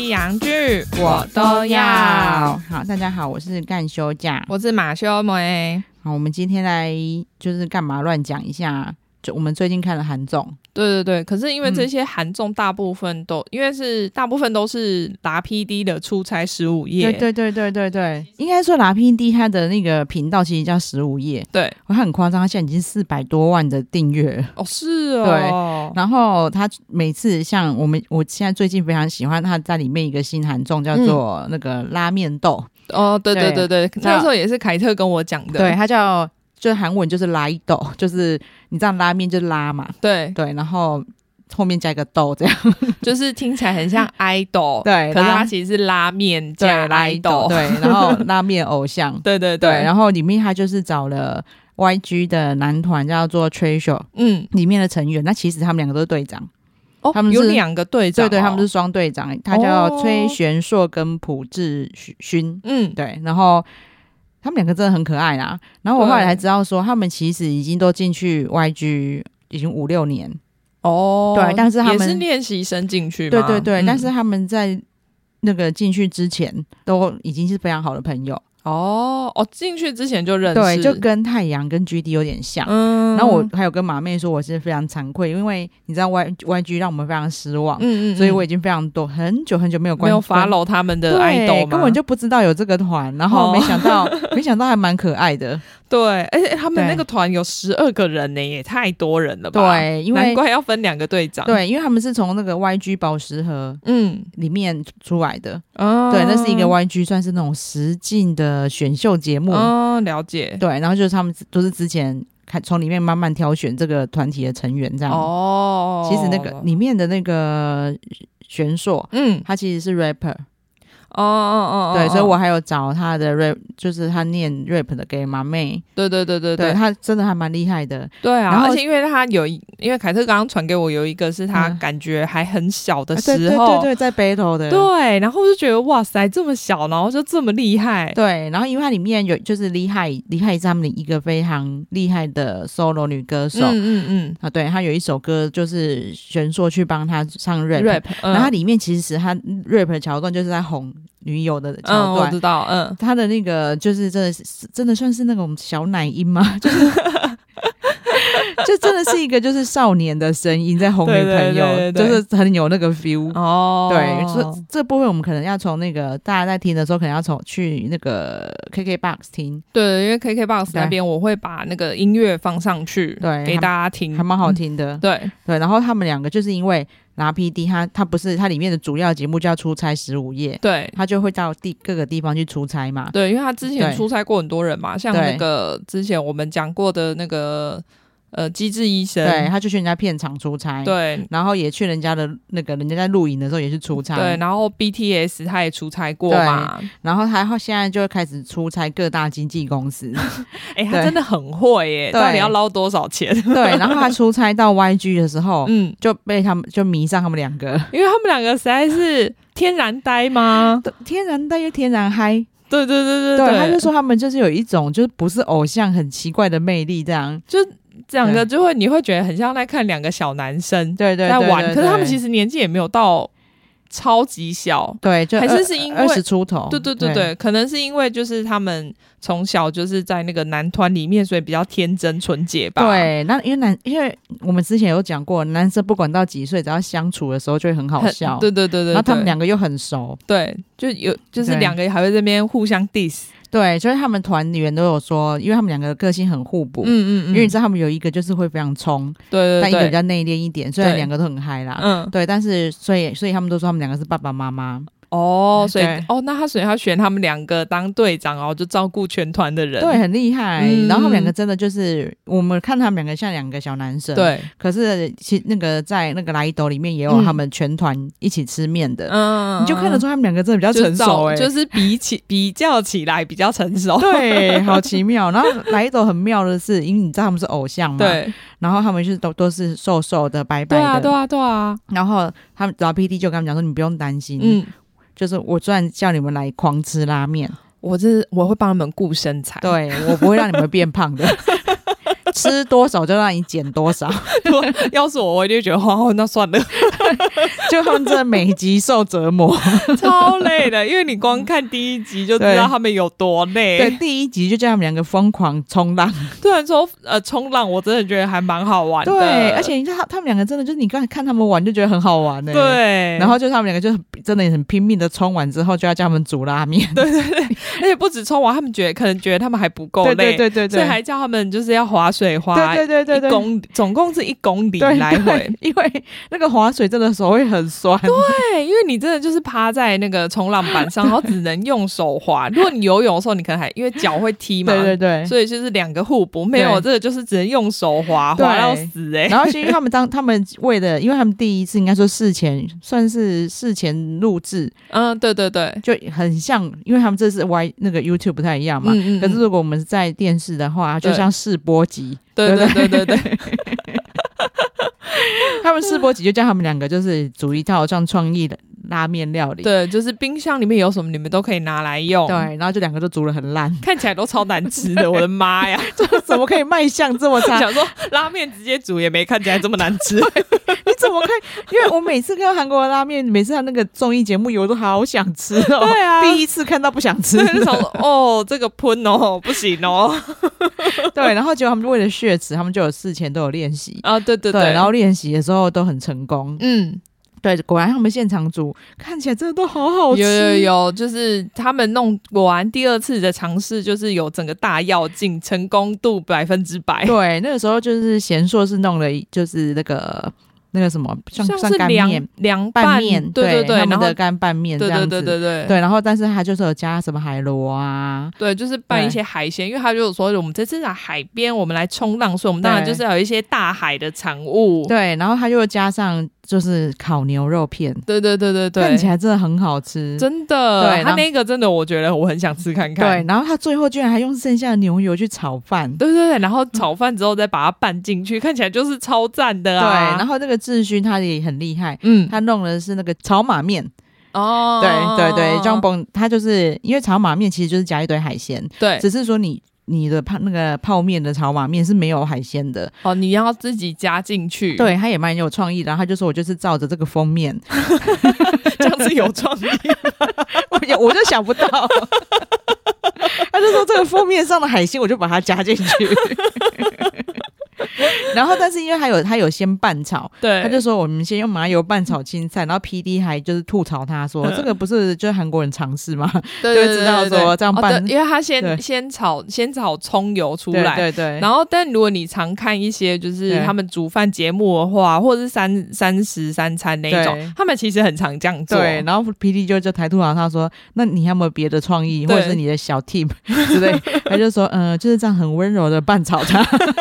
西洋剧我都要。好，大家好，我是干休假， 我是马修梅。 好，我们今天来就是干嘛乱讲一下，就我们最近看了韩综。 对对对，可是因为这些韩综大部分都、因为是大部分都是达 PD 的出差15夜。 对对对对对对，应该说达 PD 他的那个频道其实叫15夜。 对， 他很夸张，他现在已经400多万的订阅了。 哦，是哦。 对，然后他每次像我现在最近非常喜欢他在里面一个新韩综叫做那个拉面豆。 哦，对对对对，那时候也是凯特跟我讲的。 对，他叫就是韩文就是拉一豆，就是你知道拉面就是拉嘛， 对对，然后后面加一个豆，这样就是听起来很像 idol， 对， 可是它其实是拉面加 idol， 对，然后拉面偶像， 对对对， 然后里面他就是找了 YG 的男团叫做 Treasure， 里面的成员，那其实他们两个都是队长。 哦， 他们有2个队长。 对对，他们是双队长，他叫崔玄硕跟朴智勋。对，然后他们两个真的很可爱啦。然后我后来才知道说，他们其实已经都进去 YG 已经5-6年。 哦， 对，但是他们也是练习生进去嘛。 对对对，但是他们在那个进去之前都已经是非常好的朋友。 哦，进去之前就认识。 对，就跟太阳跟 GD 有点像。然后我还有跟马妹说我是非常惭愧，因为你知道 YG 让我们非常失望。所以我已经非常多很久很久没有 follow 他们的 idol 吗？ 根本就不知道有这个团，然后没想到还蛮可爱的。 对，而且他们那个团有12个人呢，也太多人了吧。 对，因为难怪要分2个队长。 对，因为他们是从那个 YG 宝石盒里面出来的。对，那是一个 YG 算是那种实境的选秀节目。 了解。 对，然后就是他们都是之前从里面慢慢挑选这个团体的成员这样。其实那个里面的那个玄硕，他其实是 rapper。对，所以我还有找他的 rap， 就是他念 rap 的给马妹。对对对对对，他真的还蛮厉害的。 对啊，而且因为他因为凯特刚刚传给我有一个是他感觉还很小的时候， 对对对，在 battle 的。 对，然后我就觉得哇塞，这么小，然后就这么厉害。 对，然后因为它里面有就是厉害是他们的一个非常厉害的 solo 女歌手。对，他有一首歌就是玄硕去帮他唱 rap， 然后他里面其实他 rap 的桥段就是在哄女友的桥段。 我知道。 他的那个就是真的算是那种小奶音吗？就是就真的是一个就是少年的声音在哄女朋友。对对对对对，就是很有那个 feel。对，所以这部分我们可能要从那个大家在听的时候，可能要去那个 KKBOX 听。 对，因为 KKBOX 那边我会把那个音乐放上去，对，给大家听， 还蛮好听的。对对，然后他们两个就是因为拿 PD， 他不是他里面的主要节目叫出差15夜，对，他就会到各个地方去出差嘛。 对，因为他之前出差过很多人嘛，像那个之前我们讲过的那个机智医生， 对，他就去人家片场出差，对，然后也去人家的那个人家在录影的时候也是出差， 对，然后 BTS 他也出差过嘛， 然后他现在就开始出差各大经纪公司。 他真的很会耶，到底要捞多少钱？ 对，然后他出差到 YG 的时候，就被他们就迷上他们两个， 因为他们两个实在是天然呆吗？ 天然呆又天然嗨。 对对对对对， 他就说他们就是有一种就是不是偶像很奇怪的魅力，这样就两个就会你会觉得很像在看2个小男生对在玩，可是他们其实年纪也没有到超级小， 对，就还是因为 20出头， 对对对对，可能是因为就是他们从小就是在那个男团里面，所以比较天真纯洁吧。 对，那因为我们之前有讲过，男生不管到几岁，只要相处的时候就会很好笑。对对对对，然后他们两个又很熟， 对，就是2个还会这边互相 diss。 对，就是他们团员都有说，因为他们两个个性很互补，因为你知道他们有一个就是会非常冲，对，但一个比较内敛一点，虽然两个都很嗨啦，对，但是所以他们都说他们两个是爸爸妈妈。 所以那所以他选他们2个当队长，然后就照顾全团的人， 对，很厉害。然后他们两个真的就是我们看他们两个像2个小男生，对，可是那个在那个来斗里面也有他们全团一起吃面的，你就看得出他们两个真的比较成熟， 就是比较起来比较成熟， 对，好奇妙。然后来斗很妙的是，因为你知道他们是偶像嘛，对，然后他们就是都是瘦瘦的白白的， 对啊， 然后他们找 PD 就跟他们讲说，你不用担心，就是我虽然叫你们来狂吃拉面， 我会帮他们顾身材， 对，我不会让你们变胖的。吃多少就让你减多少。 要是我一定觉得那算了。 就他们真的每集受折磨超累的，因为你光看第一集就知道他们有多累。 对，第一集就叫他们两个疯狂冲浪。 突然说冲浪我真的觉得还蛮好玩的。 对，而且你看他们两个真的就是你刚才看他们玩就觉得很好玩。 对， 然后就他们两个就真的很拼命的冲完之后就要叫他们煮拉面。 对对对，而且不止冲完，他们可能觉得他们还不够累。对，所以还叫他们就是要划水划1公里，总共是1公里来回。 因为那个划水真的手会很酸。 对，因为你真的就是趴在那个冲浪板上，然后只能用手划。如果你游泳的时候，你可能还因为脚会踢嘛，对，所以就是2个互补。没有，这个就是只能用手划到死。 然后因为他们为了，因为他们第一次应该说算是事前录制， 对对对， 就很像，因为他们这是那个 YouTube 不太一样嘛。可是如果我们在电视的话，就像试播集。对对对对对。他们试播集就叫他们两个就是煮一套像创意的拉面料理。 对，就是冰箱里面有什么你们都可以拿来用。 对，然后就2个都煮得很烂， 看起来都超难吃的。我的妈呀， 这怎么可以卖相这么差？ 想说拉面直接煮也没看起来这么难吃。 你怎么可以？因为我每次看到韩国的拉面，每次他那个综艺节目有我都好想吃哦。 对啊， 第一次看到不想吃， 就想说这个喷哦不行哦。 对，然后结果他们为了血池，他们就有事前都有练习啊。对对对， 然后练习的时候都很成功。对，果然他们现场煮看起来真的都好好吃。 有，就是他们果然第2次的尝试就是有整个大跃进，成功度100%。 对，那个时候就是贤硕是弄了就是那个什么像干面凉拌面。对对对，他们的干拌面这样子。对，然后但是他就是有加什么海螺啊。 对，就是拌一些海鲜，因为他就说我们这次在海边我们来冲浪，所以我们当然就是要有一些大海的产物。 对，然后他就加上就是烤牛肉片。 对对对对对， 看起来真的很好吃， 真的。对，他那个真的我觉得我很想吃看看。 对，然后他最后居然还用剩下的牛油去炒饭。 对对对，然后炒饭之后再把它拌进去，看起来就是超赞的啊。 对，然后那个志勋他也很厉害，他弄的是那个炒马面。对对对，Jambon他就是因为炒马面其实就是加一堆海鲜。对，只是说你的那个泡面的炒马面是没有海鲜的你要自己加进去。 对，他也蛮有创意的，然后他就说我就是照着这个封面。 这样是有创意吗？ 我就想不到。他就说这个封面上的海鲜我就把它加进去。然后但是因为他有先拌炒。对，他就说我们先用麻油拌炒青菜，然后 PD 还就是吐槽他说这个不是就是韩国人尝试吗？对对对对，就知道说这样拌。 因为他先炒葱油出来。对对对。然后但如果你常看一些就是他们煮饭节目的话，或者是三食三餐那一种，他们其实很常这样做。对， 然后 PD 就抬吐槽他说那你有没有别的创意或者是你的小 tip 之类。他就说就是这样很温柔的拌炒它。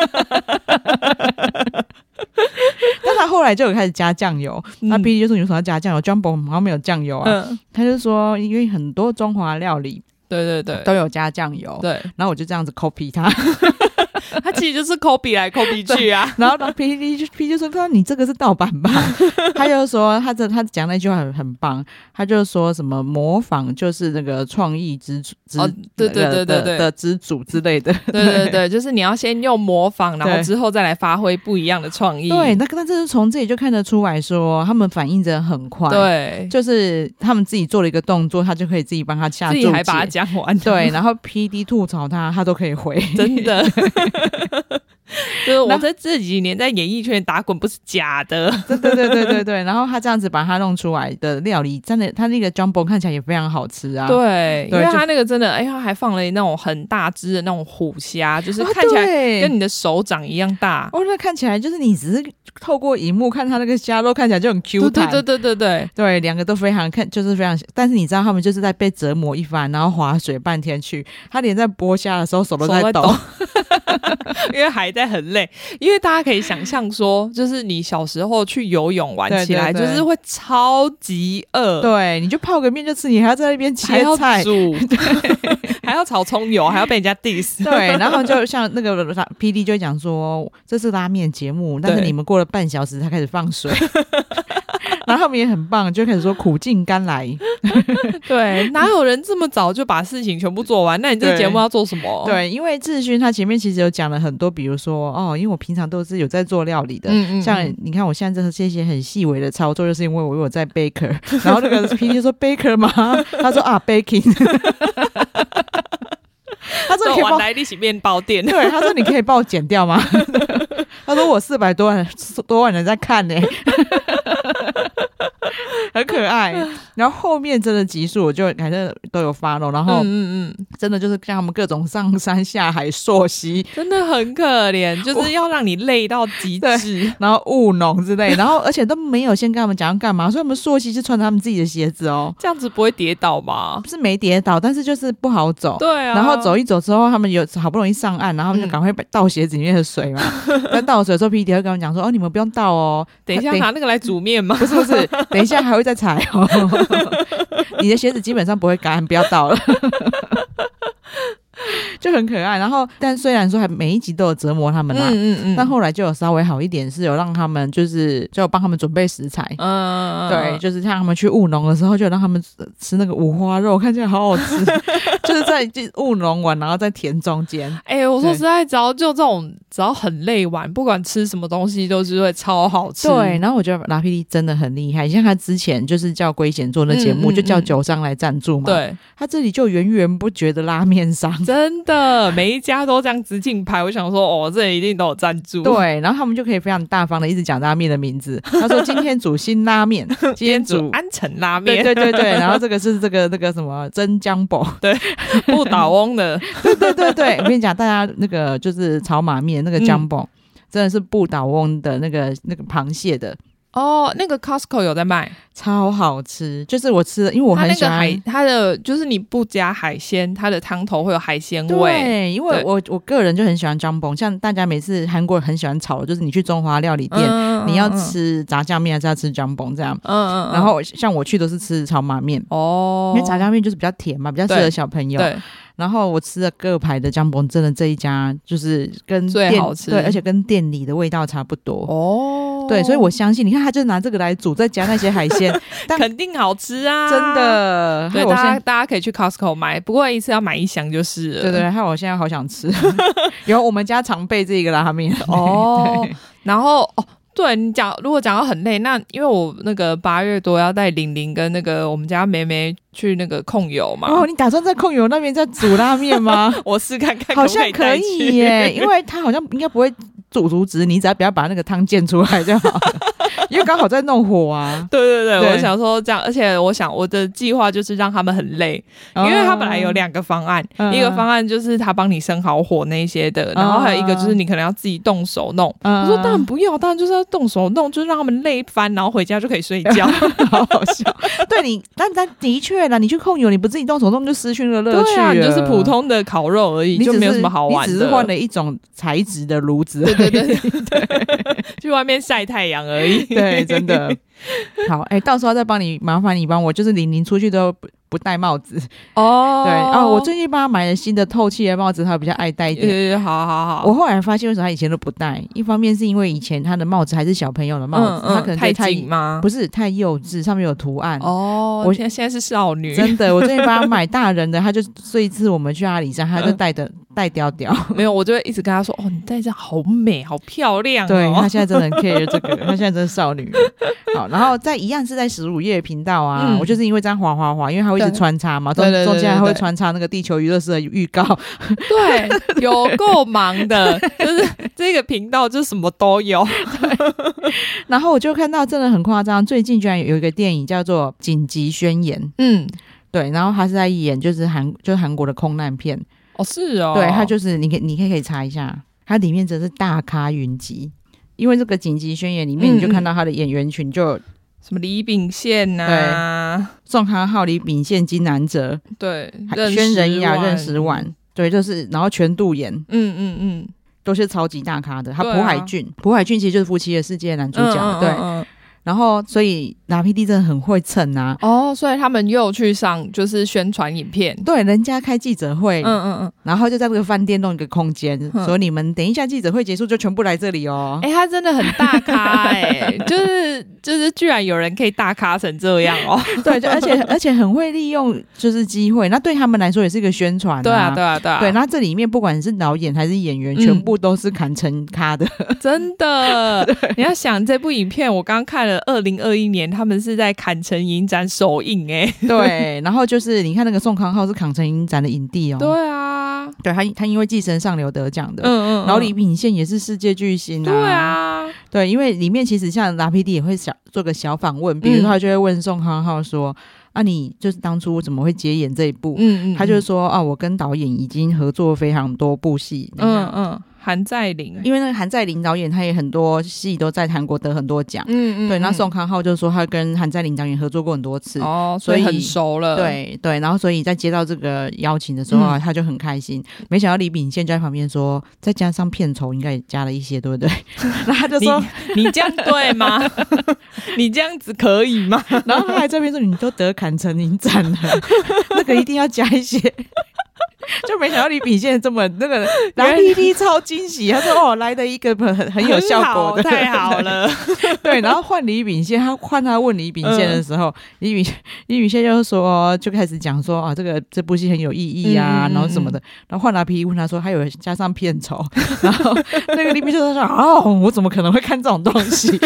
但他后来就有开始加酱油。那 PD 就说你为什么要加酱油？Jambon 好像没有酱油啊。他就说因为很多中华料理对对对都有加酱油。对，然后我就这样子 copy 他。 他其实就是 copy 来 copy 去啊。 然后 PD 就说你这个是盗版吧。他就说他讲那句话很棒，他就说什么模仿就是那个创意之对对对对对的之主之类的。 对对对，就是你要先用模仿，然后之后再来发挥不一样的创意。 对，那这是从这里就看得出来说他们反应真的很快。对，就是他们自己做了一个动作，他就可以自己帮他下注解， 自己还把它讲完。 对，然后 PD 吐槽他都可以回， 真的。就是我在这几年在演艺圈打滚不是假的。 对对对对对对。然后他这样子把它弄出来的料理，真的他那个 Jambon 看起来也非常好吃啊。 对，因为他那个真的他还放了那种很大只的那种虎虾，就是看起来跟你的手掌一样大。 那看起来就是你只是透过荧幕看他那个虾肉看起来就很 Q 弹。 对对对对对对，两个都非常就是非常，但是你知道他们就是在被折磨一番，然后划水半天去，他连在剥虾的时候手都在抖。 因为还在很累，因为大家可以想象说，就是你小时候去游泳玩起来，对对对，就是会超级饿。 对，你就泡个面就吃，你还要在那边切菜， 煮，还要炒葱油，还要被人家 diss。 对，然后就像那个 PD 就讲说，这是拉面节目，但是你们过了半小时才开始放水。 然后他们也很棒，就开始说苦尽甘来。 对，哪有人这么早就把事情全部做完？那你这个节目要做什么？ 对，因为志勋他前面其实有讲了很多，比如说因为我平常都是有在做料理的，像你看我现在这些很细微的操作，就是因为我有在 baker， 然后那个 PD 就说 baker 吗？他说baking。他说：“ 晚来一起面包店。” 对，他说：“你可以帮我剪掉吗？”他说：“我400多万人在看呢。”很可爱。然后后面真的集数我就反正都有follow，然后真的就是像他们各种上山下海溯溪， 真的很可怜，就是要让你累到极致， 然后务农之类，然后而且都没有先跟他们讲要干嘛，所以他们溯溪是穿着他们自己的鞋子哦， 这样子不会跌倒吗？ 不是没跌倒，但是就是不好走。 对啊， 然后走一走之后，他们有好不容易上岸，然后他们就赶快倒鞋子里面的水嘛。在倒水的时候 ，PD 会跟他们讲说：“你们不用倒哦， 等一下拿那个来煮面吗？” 不是，等一下还会再踩哦。你的鞋子基本上不会干，不要倒了。就很可爱。然后但虽然说还每一集都有折磨他们啦，但后来就有稍微好一点，是有让他们就有帮他们准备食材，对，就是像他们去务农的时候，就有让他们吃那个五花肉，看起来好好吃。就是在务农完然后在田中间， 我说实在，只要很累完，不管吃什么东西都是会超好吃。 对，然后我觉得拉 PD 真的很厉害，像他之前就是叫龟贤做那节目，就叫酒商来赞助嘛， 对， 他这里就源源不绝的拉面商， 真的每一家都这样子竞拍。我想说这里一定都有赞助。 对，然后他们就可以非常大方的一直讲拉面的名字，他说今天煮新拉面， 今天煮安城拉面， 对，然后这个是那个什么真姜宝， 对，不倒翁的， 对，我跟你讲，大家那个就是炒马面那个姜宝，真的是不倒翁的那个螃蟹的。 那个 Costco 有在卖， 超好吃。就是我吃的，因为我很喜欢它的就是你不加海鲜，它的汤头会有海鲜味。 对，因为我个人就很喜欢jambon，像大家每次韩国人很喜欢炒的，就是你去中华料理店，你要吃炸酱面还是要吃jambon这样。然后像我去都是吃炒马面因为炸酱面就是比较甜嘛，比较适合小朋友。对。然后我吃了各牌的jambon，真的这一家就是跟最好吃， 对，而且跟店里的味道差不多。对，所以我相信，你看他就拿这个来煮，再加那些海鲜，但肯定好吃啊！ 真的。 对，大家可以去 Costco 买，不过一次要买1箱就是了。 对，害我现在好想吃。有我们家常备这个拉面然后对你如果讲到很累，那因为我那个8月多要带玲玲跟那个我们家妹妹去那个控油嘛。 你打算在控油那边再煮拉面吗？ 我试看看好像可以耶，因为他好像应该不会煮足汁，你只要不要把那个汤溅出来就好了。因为刚好在弄火啊。 对，我想说这样，而且我的计划就是让他们很累，因为他本来有2个方案，一个方案就是他帮你生好火那些的，然后还有一个就是你可能要自己动手弄。我说当然不要，当然就是要动手弄，就是让他们累翻，然后回家就可以睡觉。 好好笑。对你，但的确啦，你去控油，你不自己动手弄就失去那个乐趣了。 对啊，你就是普通的烤肉而已，就没有什么好玩的。 你只是换了一种材质的炉子。 对，去外面晒太阳而已。 对，真的。好，到时候再麻烦你帮我，就是玲玲出去都不戴帽子。对我最近帮他买了新的透气的帽子，他比较爱戴一点。 好。 我后来发现为什么他以前都不戴，一方面是因为以前他的帽子还是小朋友的帽子，他可能太紧吗？ 不是，太幼稚，上面有图案。 我现在是少女。 真的，我最近帮他买大人的，他就这一次我们去阿里山，他就戴雕雕。 没有，我就会一直跟他说你戴这样好美好漂亮。 对，他现在真的很 care 这个，他现在真的少女。好，然后一样是在15夜频道啊，我就是因为这样滑，因为他会一直穿插嘛，中间还会穿插那个地球娱乐室的预告。 对，有够忙的，就是这个频道就什么都有。 然后我就看到真的很夸张，最近居然有一个电影叫做《紧急宣言》。对，然后他是在演就是韩国的空难片。 是哦。 对，他就是你可以查一下，它里面真是大咖云集。因为这个紧急宣言里面，你就看到他的演员群就什么李秉宪对，宋康昊、李秉宪、金南哲， 对， 宣仁雅、任时完，对，就是然后全度妍，都是超级大咖的。他朴海俊其实就是《夫妻的世界》男主角，对。 然后所以拉 PD 真的很会蹭啊。 所以他们又去上就是宣传影片， 对，人家开记者会，然后就在这个饭店弄一个空间，说你们等一下记者会结束就全部来这里哦。 他真的很大咖就是居然有人可以大咖成这样哦。 对，而且很会利用就是机会，那对他们来说也是一个宣传。 对啊， 对，那这里面不管是导演还是演员，全部都是坎城咖的， 真的。你要想这部影片，我刚看了2021年，他们是在坎城影展首映对，然后就是你看那个宋康昊是坎城影展的影帝哦。 对啊， 对他因为《寄生上流》得奖的，然后李秉宪也是世界巨星啊。 对啊， 对，因为里面其实像拉 PD 也会做个小访问，比如说他就会问宋康昊说。你就是当初怎么会接演这一部？他就说我跟导演已经合作非常多部戏。 韩在林， 因为那个韩在林导演他也很多戏都在韩国得很多奖。对，那宋康昊就说他跟韩在林导演合作过很多次， 所以很熟了。 对，然后所以在接到这个邀请的时候他就很开心。没想到李秉宪就在旁边说，再加上片酬应该也加了一些，对不对？那他就说你这样对吗？你这样子可以吗？ 然后他还这边说你都得坎城影展了，那个一定要加一些。就没想到李秉宪这么那个拉 PD 超惊喜，他说来的一个很有效果的， 太好了。 对，然后换李秉宪，他问李秉宪的时候，李秉宪就说就开始讲说这部戏很有意义啊，然后什么的。然后换拉 PD 问他说还有加上片酬，然后那个李秉宪就说我怎么可能会看这种东西？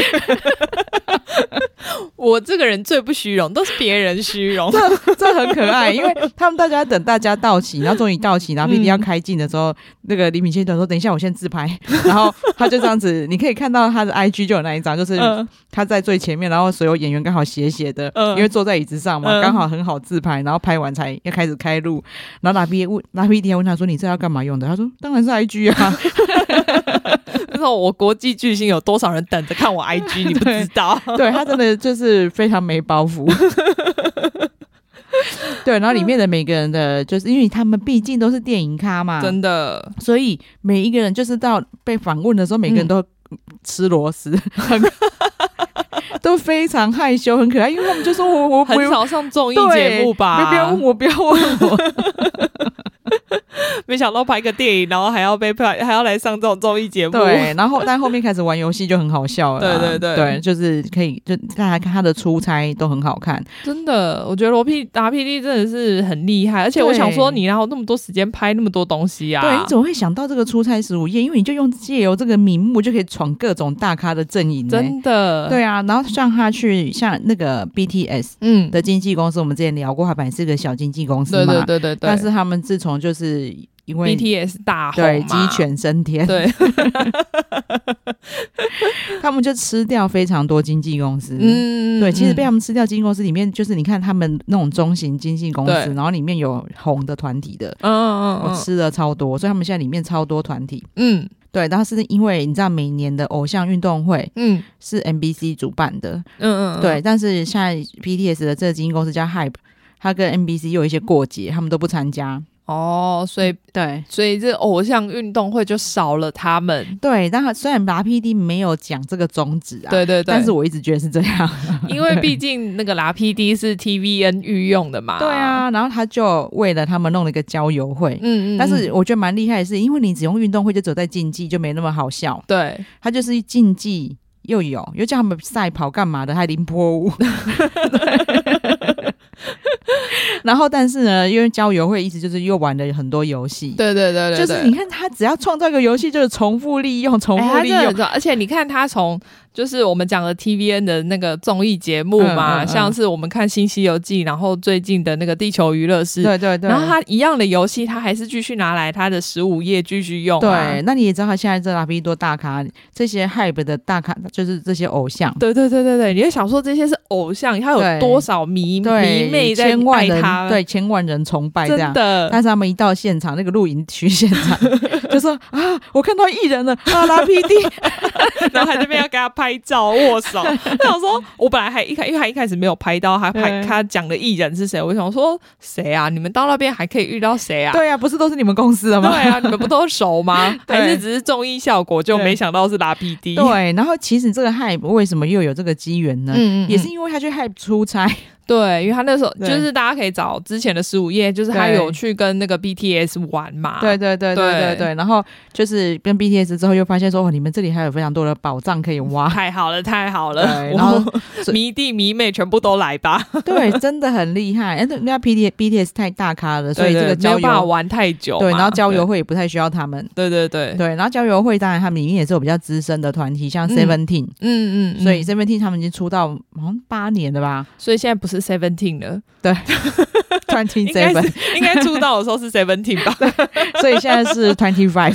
我这个人最不虚荣，都是别人虚荣。 这很可爱，因为他们等大家到齐，然后终于到齐，然后 PD 要开镜的时候，那个李秉宪就说等一下我先自拍，然后他就这样子，你可以看到他的 IG 就有那一张，就是他在最前面，然后所有演员刚好斜斜的，因为坐在椅子上嘛，刚好很好自拍，然后拍完才要开始开录，然后拉 PD 问他说你这要干嘛用的？他说当然是 IG 啊。 那时候我国际巨星有多少人等着看我 IG 你不知道。 对，他真的就是非常没包袱。对，然后里面的每个人的就是因为他们毕竟都是电影咖嘛， 真的， 所以每一个人就是到被访问的时候，每个人都吃螺丝。都非常害羞很可爱，因为他们就说我很少上综艺节目吧， 不要问我没想到拍个电影然后还要来上这种综艺节目。 对，然后但后面开始玩游戏就很好笑了。对，就是可以就大家看他的出差都很好看， 真的。我觉得达 PD 真的是很厉害，而且我想说你哪有那么多时间拍那么多东西啊？ 对，你怎么会想到这个出差15夜？因为你就借由这个名目就可以闯各种大咖的阵营。 真的。 对啊，然后像他去像那个 BTS 的经纪公司，我们之前聊过，他本来是个小经纪公司嘛， 对， 但是他们自从就是因为 BTS 大红对鸡犬升天， 对， 他们就吃掉非常多经纪公司。对，其实被他们吃掉经纪公司里面，就是你看他们那种中型经纪公司，然后里面有红的团体的，我吃了超多，所以他们现在里面超多团体。对，然后是因为你知道每年的偶像运动会是 MBC 主办的，对，但是现在 BTS 的这个经纪公司叫 HYBE， 他跟 MBC 又有一些过节，他们都不参加。 所以这偶像运动会就少了他们。对， 但虽然拉 PD 没有讲这个宗旨啊， 对， 但是我一直觉得是这样， 因为毕竟那个拉 PD 是 TVN 御用的嘛。 对啊，然后他就为了他们弄了一个交友会，但是我觉得蛮厉害的是，因为你只用运动会就走在竞技，就没那么好笑。 对， 他就是竞技又叫他们赛跑干嘛的，还凌波舞。然后但是呢，因为交友会意思就是又玩了很多游戏。 对， 就是你看他只要创造一个游戏就是重复利用， 而且你看他从就是我们讲的 TVN 的那个综艺节目嘛，像是我们看新西游记，然后最近的那个地球娱乐室， 对， 然后他一样的游戏他还是继续拿来他的15页继续用。 对，那你也知道他现在这 RP 多大咖，这些 HYBE 的大咖就是这些偶像。 对，你会想说这些是偶像，他有多少迷妹在爱他， 对，千万人崇拜这样。 真的， 但是他们一到现场那个录影区现场就说我看到艺人了拉 PD 然后还这边要给他拍照握手。我想说，我本来因为他一开始没有拍到他讲的艺人是谁，我想说谁啊？你们到那边还可以遇到谁啊？ 对啊，不是都是你们公司的吗？ 对啊，你们不都熟吗？还是只是综艺效果？就没想到是拉 PD。 对，然后其实这个 Hype 为什么又有这个机缘呢？也是因为他去 Hype 出差。 对，因为他那时候就是大家可以找之前的15页，就是他有去跟那个 BTS 玩嘛。 对，然后就是跟 BTS 之后又发现说，你们这里还有非常多的宝藏可以挖。 太好了，然后迷弟迷妹全部都来吧。 对，真的很厉害。人家 BTS 太大咖了，所以这个交友没有办法玩太久。 对，然后交友会也不太需要他们。 对， 然后交友会当然他们里面也是有比较资深的团体，像 Seventeen。所以 Seventeen 他们已经出道好像8年了吧。 所以现在不是 Seventeen 了， 对，27 应该出道的时候是 Seventeen 吧， 所以现在是25，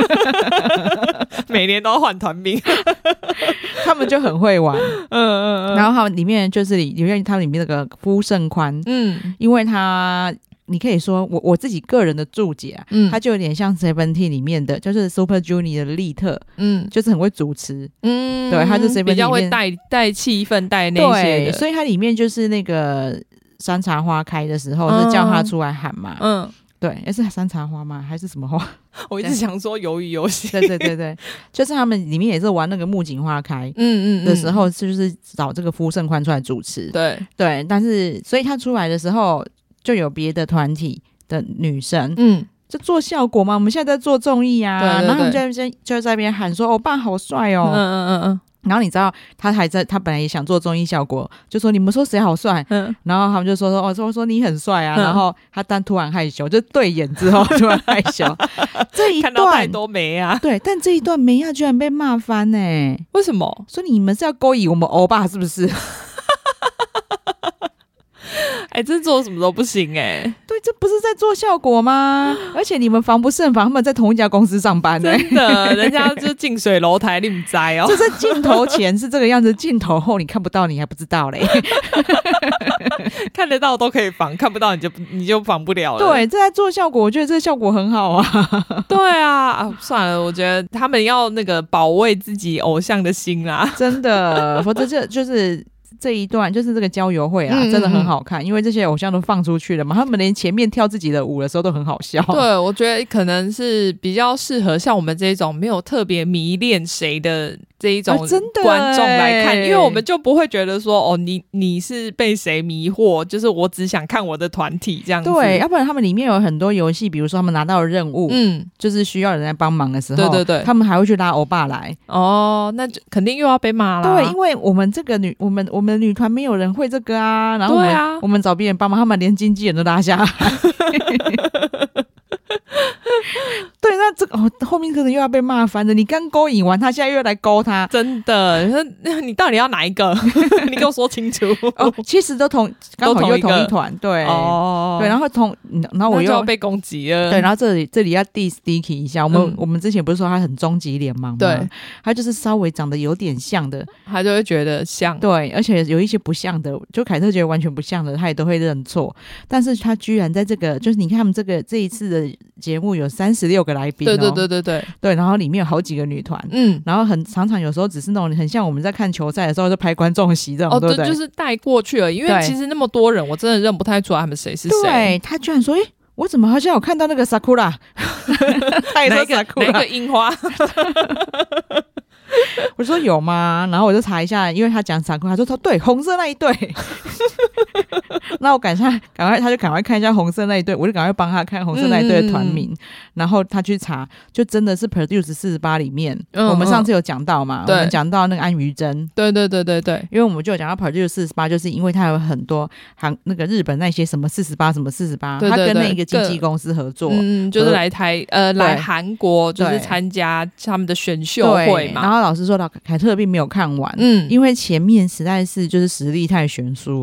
每年都要换团名， 他们就很会玩，然后他们里面就是他们里面那个夫胜宽，因为你可以说我自己个人的注解啊，他就有点像 Seventeen 里面的，就是 Super Junior 的利特，就是很会主持，对，他就 Seventeen 比较会带气氛，带那些的， 对，所以他里面就是那个山茶花开的时候是叫他出来喊嘛，对，是山茶花吗？还是什么花？ 我一直想说鱿鱼游戏， 对，就是他们里面也是玩那个木槿花开，的时候，就是找这个夫胜宽出来主持，对，但是所以他出来的时候。就有别的团体的女生，就做效果嘛。我们现在在做综艺啊，然后他们就在那边喊说：“欧巴好帅哦！”然后你知道他本来也想做综艺效果，就说你们说谁好帅，然后他们就说你很帅啊，然后他突然害羞，就对眼之后突然害羞。这一段看到太多梅啊， 对，但这一段梅亚居然被骂翻欸， 为什么？ 说你们是要勾引我们欧巴是不是？ 这做什么都不行对，这不是在做效果吗？而且你们防不胜防，他们在同一家公司上班真的，人家就近水楼台你们栽哦。 就在镜头前是这个样子，镜头后你看不到，你还不知道嘞。 看得到都可以防，看不到你就防不了了。 对，这在做效果，我觉得这效果很好啊。 对啊，算了，我觉得他们要那个保卫自己偶像的心啦， 真的，否则就是这一段就是这个交友会啊，真的很好看，因为这些偶像都放出去了嘛，他们连前面跳自己的舞的时候都很好笑。 对，我觉得可能是比较适合像我们这种没有特别迷恋谁的这一种观众来看，因为我们就不会觉得说你是被谁迷惑，就是我只想看我的团体这样子。 对，要不然他们里面有很多游戏，比如说他们拿到的任务，就是需要人来帮忙的时候，对，他们还会去拉欧巴来。 那就肯定又要被骂啦。 对，因为我们这个我们女团没有人会这个啊，然后我们找别人帮忙，他们连经纪人都拉下来。对，那这个后面可能又要被骂翻了。你刚勾引完他，现在又来勾他， 真的，你到底要哪一个？你跟我说清楚。 其实刚好又同一团，对，对，然后我又要被攻击了， 对，然后这里要 diss Dicky 一下，我们之前不是说他很终极脸盲吗？对，他就是稍微长得有点像的， 他就会觉得像， 对，而且有一些不像的，就凯特觉得完全不像的，他也都会认错。但是他居然在这个，就是你看他们这一次的节目有36个来宾，对，然后里面有好几个女团，然后常常有时候只是那种很像我们在看球赛的时候就拍观众席这种，对不对？ 就是带过去了，因为其实那么多人，我真的认不太出来他们谁是谁。 对，他居然说，我怎么好像有看到那个 Sakura， 哪个樱花？ 我说有吗？然后我就查一下，因为他讲Sakura，他说对，红色那一对。那我他就赶快看一下红色那一对，我就赶快帮他看红色那一对的团名，然后他去查，就真的是 Produce 48里面，我们上次有讲到嘛，我们讲到那个安于真， 对， 因为我们就有讲到 Produce 48，就是因为他有很多那个日本那些什么48什么48，他跟那个经纪公司合作， 就是来韩国就是参加他们的选秀会嘛。 然后老师说凯特并没有看完，因为前面实在是就是实力太悬殊了，对，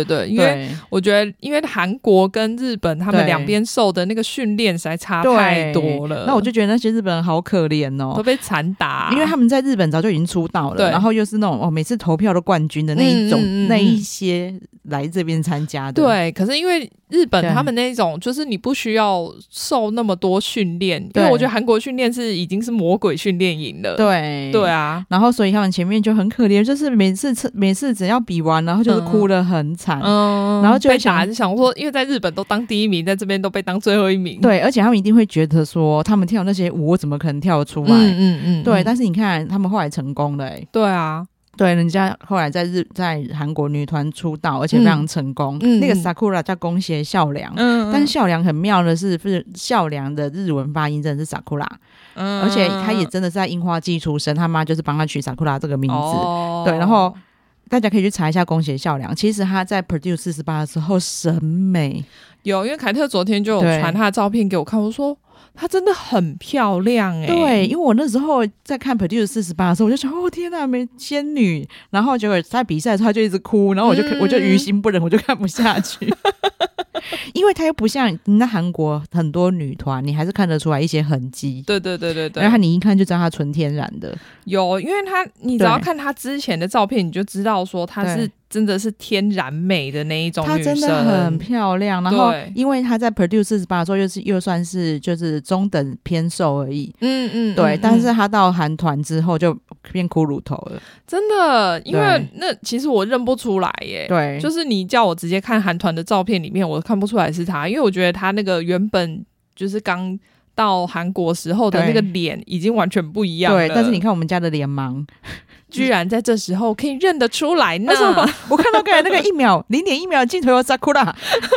对，因为我觉得因为韩国跟日本他们两边受的那个训练实在差太多了， 那我就觉得那些日本人好可怜哦， 都被残打， 因为他们在日本早就已经出道了，然后又是那种每次投票都冠军的那一种，那一些来这边参加的。 对，可是因为日本他们那种就是你不需要受那么多训练，因为我觉得韩国训练是已经是魔鬼训练营了。对啊， 然后所以他们前面就很可怜，就是每次只要比完，然后就是哭得很惨，然后就被打，就想说，因为在日本都当第一名，在这边都被当最后一名。 对，而且他们一定会觉得说，他们跳那些舞我怎么可能跳得出来？对，但是你看他们后来成功了对啊。 对，人家后来在韩国女团出道，而且非常成功。那个 Sakura 叫宫胁孝良，但是孝良很妙的是孝良的日文发音真的是 Sakura，而且他也真的是在樱花季出生，他妈就是帮他取 Sakura 这个名字。对，然后大家可以去查一下宫胁孝良，其实他在 Produce 48的时候审美有，因为凯特昨天就有传他的照片给我看，我说她真的很漂亮对，因为我那时候在看 Produce 48的时候，我就想天哪，仙女，然后结果在比赛的时候她就一直哭，然后我就于心不忍，我就看不下去。因为她又不像你在韩国很多女团，你还是看得出来一些痕迹。 对， 然后你一看就知道她纯天然的。 有，因为你只要看她之前的照片，你就知道说她是真的是天然美的那一种女生， 她真的很漂亮。然后因为她在 Produce 48的时候又算是就是中等偏瘦而已，对。但是她到韩团之后就变骷髅头了， 真的。因为那其实我认不出来耶， 对， 就是你叫我直接看韩团的照片里面，我看不出来是她，因为我觉得她那个原本就是刚到韩国时候的那个脸已经完全不一样了。 对，但是你看我们家的脸盲。 居然在这时候可以认得出来呢！ 我看到刚才那个0.1秒的镜头有 Sakura。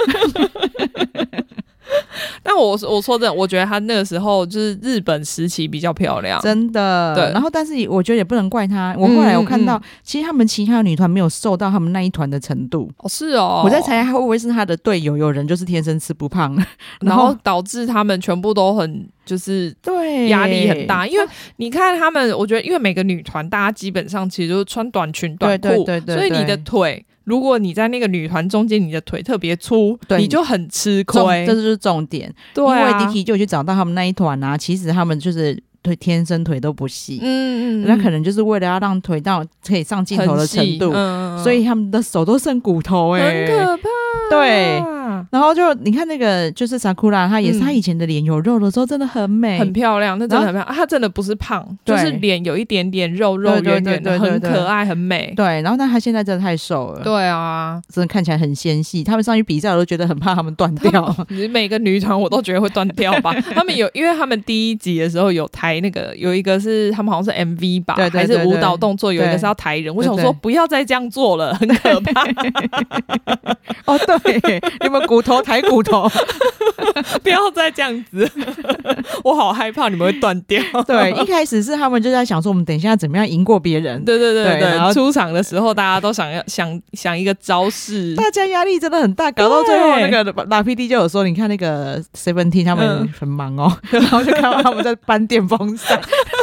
但我说真的，我觉得他那个时候就是日本时期比较漂亮， 真的。 对， 然后但是我觉得也不能怪他。我后来有看到，其实他们其他女团没有瘦到他们那一团的程度。 是哦。 我在猜会不会是他的队友有人就是天生吃不胖， 然后导致他们全部都很就是压力很大。因为你看他们，我觉得因为每个女团大家基本上其实都是穿短裙短裤，所以你的腿。如果你在那个女团中间，你的腿特别粗，你就很吃亏， 这就是重点。对因为 Dicky 就去找到他们那一团啊，其实他们就是天生腿都不细，那可能就是为了要让腿到可以上镜头的程度，所以他们的手都剩骨头很可怕。 对。然后就你看那个就是 Sakura， 她也是她以前的脸有肉的时候真的很美， 很漂亮，那真的很漂亮。她真的不是胖，就是脸有一点点肉圆圆的，很可爱，很美。 对，然后但她现在真的太瘦了。 对啊， 真的看起来很纤细。他们上去比赛我都觉得很怕他们断掉。 每个女团我都觉得会断掉吧。他们因为他们第一集的时候有抬那个，有一个是他们好像是 MV 吧，还是舞蹈动作，有一个是要抬人。我想说不要再这样做了，很可怕。 哦，对，你们骨头抬骨头， 不要再这样子，我好害怕你们会断掉。 对，一开始是他们就在想说，我们等一下怎么样赢过别人。 对，然后出场的时候大家都想一个招式， 大家压力真的很大，搞到最后那个拉 PD 就有说，你看那个 Seventeen 他们很忙哦，然后就看到他们在搬电风扇。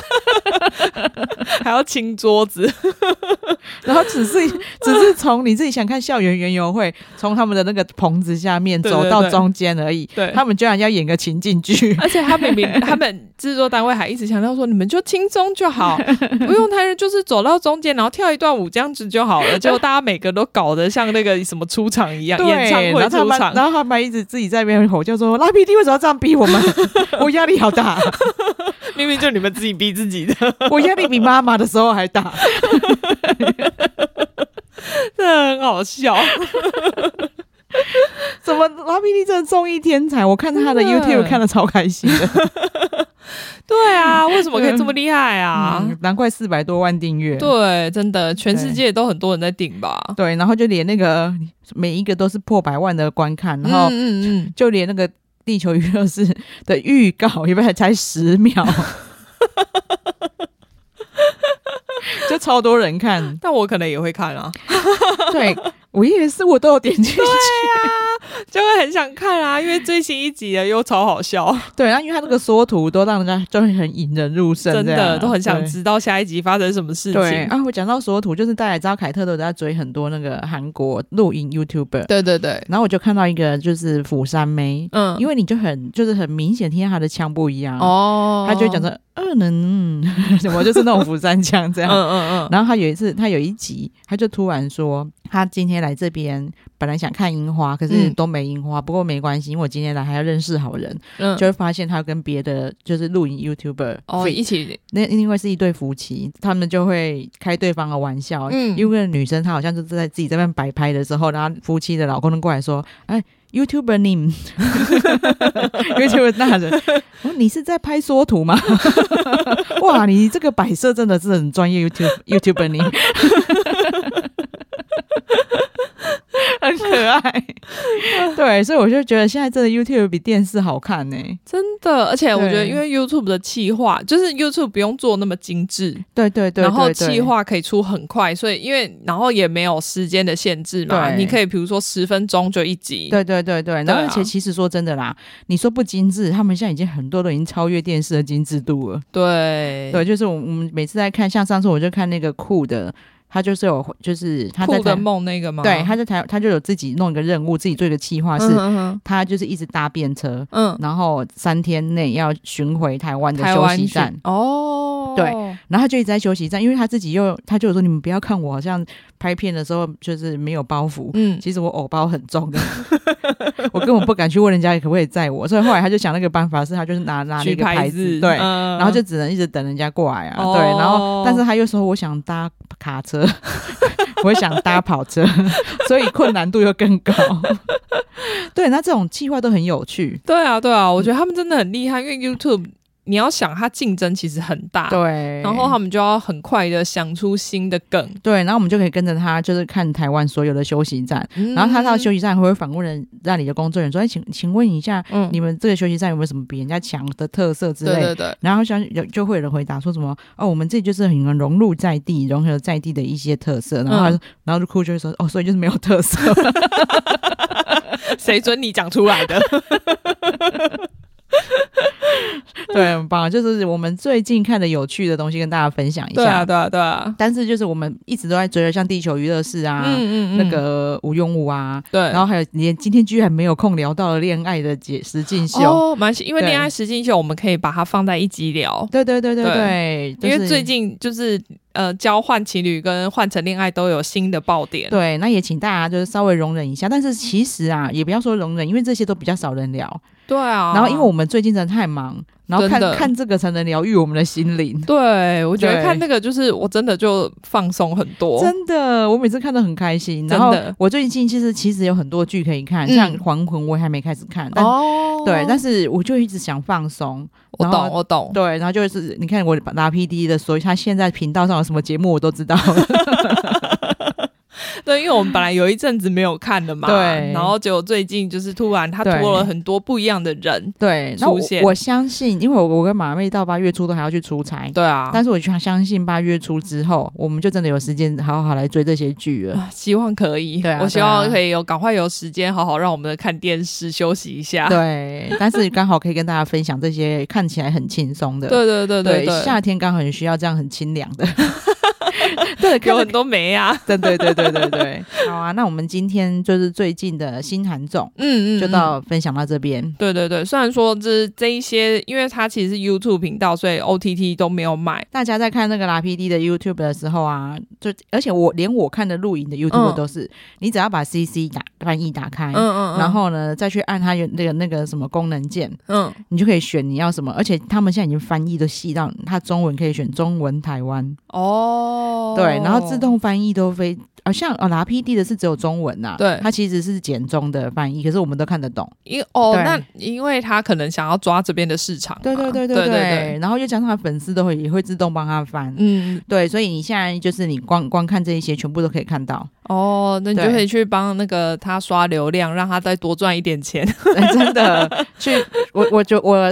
还要清桌子， 然后只是从你自己想看校园园游会，从他们的那个棚子下面走到中间而已。对，他们居然要演个情境剧， 而且他们制作单位还一直强调说，你们就轻松就好，不用太认，就是走到中间，然后跳一段舞这样子就好了。结果大家每个都搞得像那个什么出场一样，演唱会出场， 然后他们一直自己在那边吼，就说拉 PD 为什么要这样逼我们？我压力好大。 明明就你们自己逼自己的， 我压力比妈妈的时候还大。 真的很好笑。 怎么拉 PD 真的综艺天才？我看他的 YouTube 看得超开心的。 对啊，为什么可以这么厉害啊？ 难怪400多万订阅。 对，真的，全世界都很多人在订吧。 对，然后就连那个每一个都是破100万的观看，然后就连那个地球娱乐室的预告，有没有才10秒？就超多人看， 但我可能也会看啊。 对，我也是，我都有点进去。对啊， 就会很想看啊，因为最新一集的又超好笑。 对，然后因为他这个缩图都让人家就会很引人入胜， 真的都很想知道下一集发生什么事情。 对啊，我讲到缩图，就是大家知道凯特都在追很多那个韩国录影 YouTuber， 对对对。 然后我就看到一个就是釜山妹，因为你就很明显听到他的腔不一样哦，他就讲着什么就是那种釜山腔这样，然后他有一集，他就突然说他今天来这边本来想看樱花，可是都没樱花，不过没关系，因为我今天来还要认识好人，就会发现他跟别的就是录影 YouTuber 一起， 那因为是一对夫妻，他们就会开对方的玩笑，因为女生她好像就是在自己这边摆拍的时候，然后夫妻的老公就过来说，哎YouTuber name YouTuber 大人你是在拍缩图吗？哇，你这个摆设真的是很专业YouTuber name 很可爱。对，所以我就觉得现在真的 YouTube 比电视好看欸， 真的。而且我觉得因为 YouTube 的企划就是 YouTube 不用做那么精致， 对对 对， 然后企划可以出很快，所以然后也没有时间的限制嘛，你可以比如说10分钟就一集， 对对对对。然后而且其实说真的啦，你说不精致，他们现在已经很多都已经超越电视的精致度了。 对对， 就是我们每次在看，像上次我就看那个酷的，他就是有就是他在酷的梦那个吗？ 对，他就有自己弄一个任务，自己做一个企划，是他就是一直搭便车，然后3天内要巡回台湾的休息站哦。对，然后他就一直在休息站，因为他就有说，你们不要看我好像拍片的时候就是没有包袱，其实我偶包很重的，我根本不敢去问人家可不可以载我，所以后来他就想那个办法是，他就是拿那个牌子，对，然后就只能一直等人家过来啊，对，然后但是他又说我想搭卡车，我想搭跑车，所以困难度又更高。对，那这种企划都很有趣。 对啊，对啊，我觉得他们真的很厉害，因为 YouTube。你要想它竞争其实很大， 对， 然后他们就要很快的想出新的梗， 对，然后我们就可以跟着他，就是看台湾所有的休息站，然后他到休息站会反问让你的工作人员说，哎，请问一下，你们这个休息站有没有什么比人家强的特色之类的？ 对对对， 然后就会有人回答说什么，我们这就是很融入在地，融合在地的一些特色，然后就酷就会说，所以就是没有特色， 谁准你讲出来的？ 对，很棒，就是我们最近看的有趣的东西跟大家分享一下。 对啊，对啊，对啊。 但是就是我们一直都在追的，像地球娱乐室啊，那个无用物啊，对，然后还有连今天居然没有空聊到了恋爱的实境秀哦，蛮因为恋爱实境秀我们可以把它放在一集聊。 对对对对 对， 因为最近就是交换情侣跟换成恋爱都有新的爆点。 对，那也请大家就是稍微容忍一下，但是其实啊，也不要说容忍，因为这些都比较少人聊。 对啊， 然后因为我们最近真的太忙，然后看这个才能疗愈我们的心灵。 对，我觉得看这个就是我真的就放松很多， 真的，我每次看都很开心。然后我最近其实有很多剧可以看，像《还魂》我也还没开始看，但是我就一直想放松。 我懂。 对，然后就是你看我拿 PD 的，所以他现在频道上有什么节目我都知道了。 对，因为我们本来有一阵子没有看了嘛，对，然后结果最近就是突然他多了很多不一样的人出现。 我相信，因为我跟马妹到8月初都还要去出差， 对啊， 但是我相信8月初之后，我们就真的有时间好好来追这些剧了。 希望可以，对啊，我希望可以赶快有时间好好让我们看电视休息一下。 对，但是刚好可以跟大家分享这些看起来很轻松的，对，夏天刚好很需要这样很清凉的。 对，有很多梅啊， 对，好啊，那我们今天就是最近的新韩综，就分享到这边。 对，虽然说这一些，因为它其实是 YouTube 频道，所以 OTT 都没有买。 大家在看那个拉 PD 的 YouTube 的时候啊，而且连我看的录影的 YouTube 都是，你只要把 CC 翻译打开，然后呢再去按它有那个什么功能键，你就可以选你要什么，而且他们现在已经翻译都细到它中文可以选中文台湾哦，对，然后自动翻译都像拿 PD 的是只有中文啊，对，它其实是简中的翻译，可是我们都看得懂。 那因为他可能想要抓这边的市场， 对，然后又加上他粉丝也会自动帮他翻，对，所以你现在就是你光看这一些全部都可以看到。 那你就可以去帮那个他刷流量，让他再多赚一点钱。 真的，我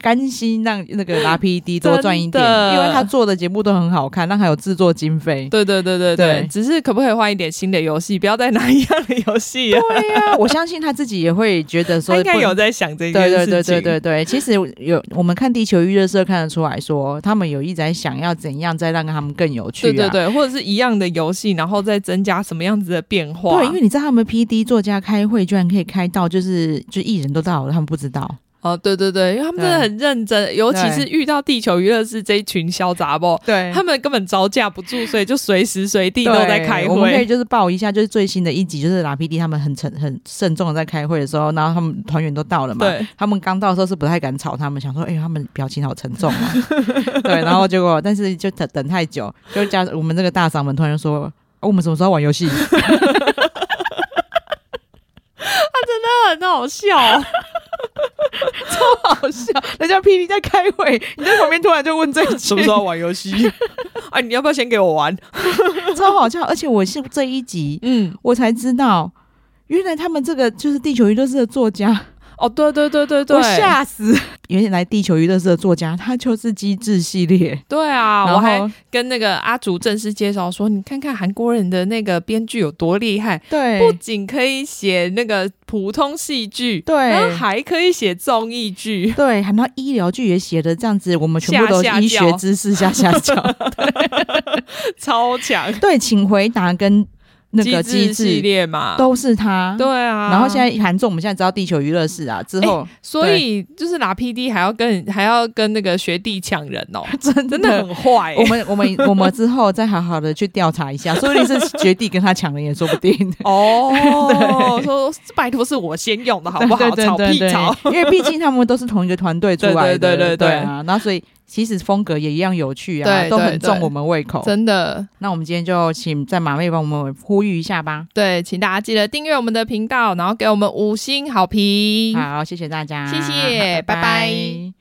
甘心让那个拉 PD 多赚一点，因为他做的节目都很好看，让他有制作经费。 对，只是可不可以换一点新的游戏，不要再拿一样的游戏啊？ 对啊，我相信他自己也会觉得说， 他应该有在想这件事情。 对，其实我们看地球娱乐社看得出来说，他们有一直在想要怎样再让他们更有趣啊。 对，或者是一样的游戏，然后再增加什么样子的变化。 对，因为你知道他们 PD 作家开会居然可以开到就艺人都到了，他们不知道。 哦，对，因为他们真的很认真，尤其是遇到地球娱乐室这一群小杂包， 对， 他们根本招架不住，所以就随时随地都在开会。 我们可以就是报一下，就是最新的一集，就是拉 PD 他们很慎重的在开会的时候，然后他们团员都到了嘛，对，他们刚到的时候是不太敢吵他们，想说，他们表情好沉重啊，对，然后结果但是就等太久，就加我们这个大嗓门突然就说，我们什么时候玩游戏？ 他真的很好笑。 超好笑，人家 PD 在开会，你在旁边突然就问这一句什么时候玩游戏？哎，你要不要先给我玩？ 超好笑，而且我是这一集，我才知道，原来他们这个就是地球娱乐室的作家。 哦，对， 我吓死！原来地球娱乐室的作家他就是机智系列。 对啊，我还跟那个阿竹正式介绍说，你看看韩国人的那个编剧有多厉害， 对， 不仅可以写那个普通戏剧， 对， 然后还可以写综艺剧， 对，还有医疗剧也写的这样子，我们全部都医学知识下脚， 超强。 对，请回答跟那个机制系列嘛， 都是他。 对啊， 然后现在韩综我们现在知道地球娱乐室啊，之后， 所以就是拿 PD 还要跟那个学弟抢人哦，真的很坏。 我们之后再好好的去调查一下，说不定是学弟跟他抢人也说不定。 哦，说拜托是我先用的好不好？吵屁吵， 因为毕竟他们都是同一个团队出来的，对啊，然后所以。其实风格也一样有趣啊，都很重我们胃口， 真的。 那我们今天就请在马妹帮我们呼吁一下吧。 对，请大家记得订阅我们的频道，然后给我们5星好评。 好，谢谢大家， 谢谢，拜拜。